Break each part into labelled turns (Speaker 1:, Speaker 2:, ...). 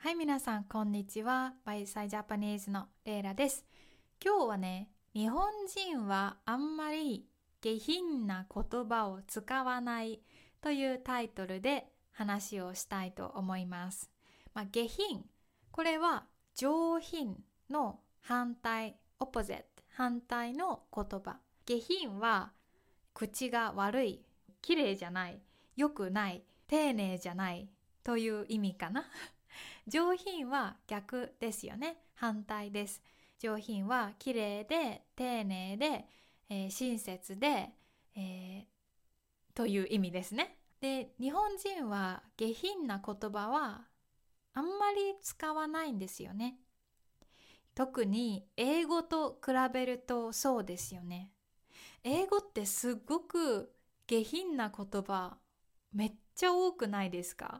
Speaker 1: はい、皆さんこんにちは。バイサイジャパニーズのレイラです。今日はね、日本人はあんまり下品な言葉を使わないというタイトルで話をしたいと思います。下品、これは上品の反対、オポゼット、反対の言葉。下品は口が悪い、綺麗じゃない、良くない、丁寧じゃないという意味かな。上品は逆ですよね。反対です。上品は綺麗で丁寧で、親切で、という意味ですね。で、日本人は下品な言葉はあんまり使わないんですよね。特に英語と比べるとそうですよね。英語ってすっごく下品な言葉めっちゃ多くないですか？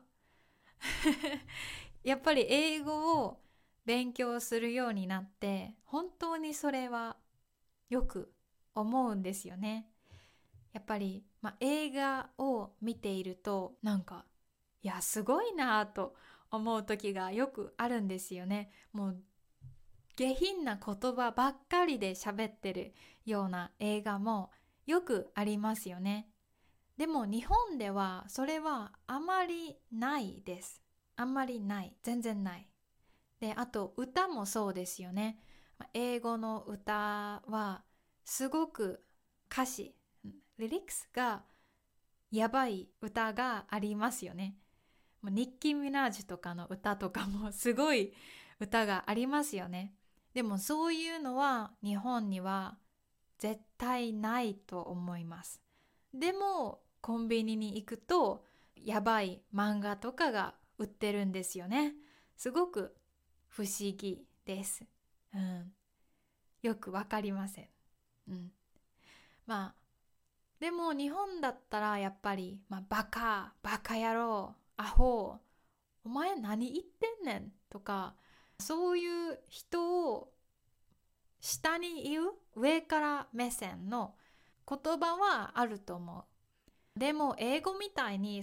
Speaker 1: やっぱり英語を勉強するようになって本当にそれはよく思うんですよね。やっぱり、映画を見ているといやすごいなと思う時がよくあるんですよね。もう下品な言葉ばっかりで喋ってるような映画もよくありますよね。でも日本ではそれはあまりないです。あんまりない。全然ない。で、あと歌もそうですよね。英語の歌はすごく歌詞、リリックスがやばい歌がありますよね。ニッキー・ミナージュとかの歌とかもすごい歌がありますよね。でもそういうのは日本には絶対ないと思います。でもコンビニに行くとやばい漫画とかが売ってるんですよね。すごく不思議です。よくわかりません。うん、まあでも日本だったらやっぱり、バカ、バカ野郎、アホ、お前何言ってんねんとか、そういう人を下に言う上から目線の言葉はあると思う。でも英語みたいに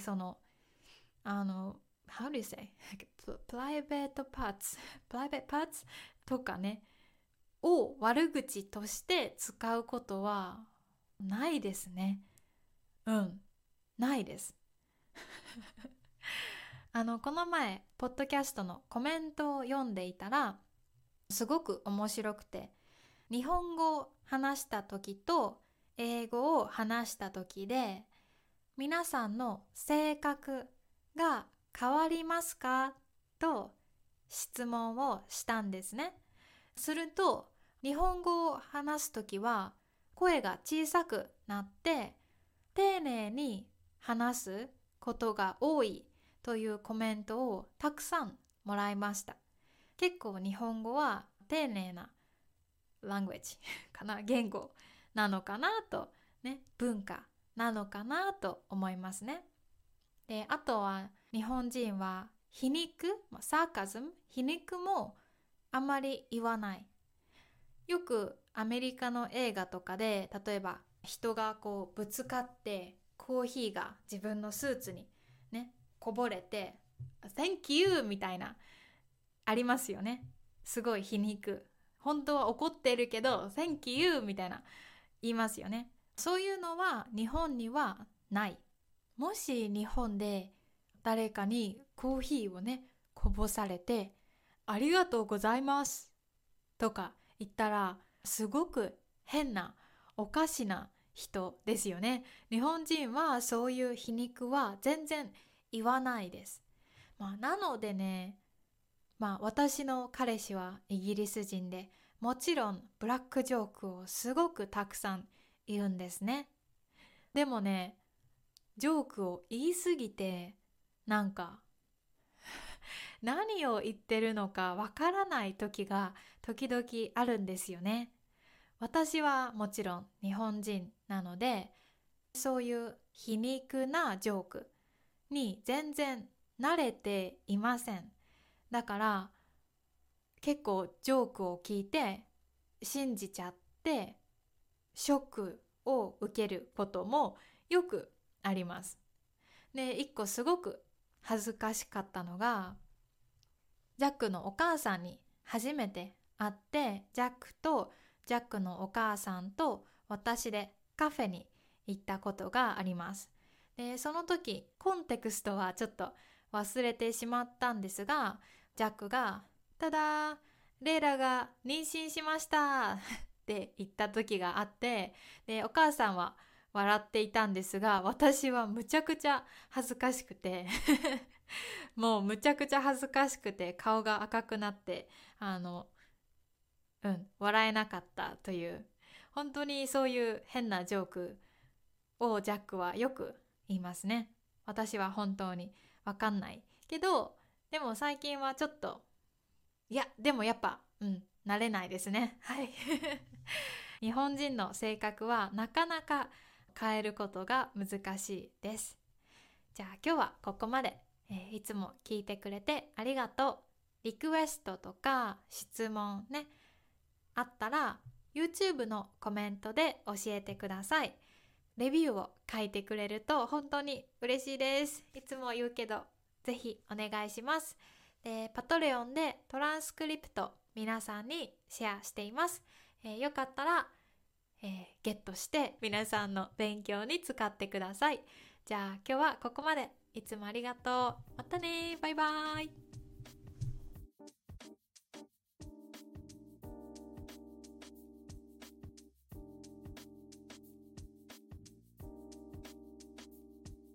Speaker 1: how do you say? プライベートパーツ、プライベートパーツとかね、を悪口として使うことはないですね。ないです。この前、ポッドキャストのコメントを読んでいたら、すごく面白くて、日本語を話した時と英語を話した時で、皆さんの性格が変わりますかと質問をしたんですね。すると、日本語を話すときは声が小さくなって丁寧に話すことが多いというコメントをたくさんもらいました。結構日本語は丁寧なlanguage かな、言語なのかなとね、文化なのかなと思いますね。で、あとは日本人は皮肉、サーカズム、皮肉もあまり言わない。よくアメリカの映画とかで、例えば人がこうぶつかってコーヒーが自分のスーツにねこぼれて Thank you みたいなありますよね。すごい皮肉。本当は怒ってるけど Thank you みたいな言いますよね。そういうのは日本にはない。もし日本で誰かにコーヒーをねこぼされてありがとうございますとか言ったらすごく変なおかしな人ですよね。日本人はそういう皮肉は全然言わないです。なのでね、私の彼氏はイギリス人でもちろんブラックジョークをすごくたくさん言うんですね。でもね、ジョークを言いすぎてなんか何を言ってるのかわからない時が時々あるんですよね。私はもちろん日本人なので、そういう皮肉なジョークに全然慣れていません。だから結構ジョークを聞いて信じちゃってショックを受けることもよくあります。で、一個すごく恥ずかしかったのが、 ジャックのお母さんに初めて会って、ジャックとジャックのお母さんと私でカフェに行ったことがあります。で、その時コンテクストはちょっと忘れてしまったんですが、ジャックがただレイラが妊娠しましたって言った時があって、でお母さんは笑っていたんですが、私はむちゃくちゃ恥ずかしくてもうむちゃくちゃ恥ずかしくて顔が赤くなって、笑えなかったという、本当にそういう変なジョークをジャックはよく言いますね。私は本当にわかんないけど、でも最近はちょっと、いやでもやっぱ慣れないですね。はい日本人の性格はなかなか変えることが難しいです。じゃあ今日はここまで。いつも聞いてくれてありがとう。リクエストとか質問ね、あったら YouTube のコメントで教えてください。レビューを書いてくれると本当に嬉しいです。いつも言うけどぜひお願いします。で、パトレオンでトランスクリプト皆さんにシェアしています。よかったら、ゲットして皆さんの勉強に使ってください。じゃあ今日はここまで。いつもありがとう。またね。バイバイ。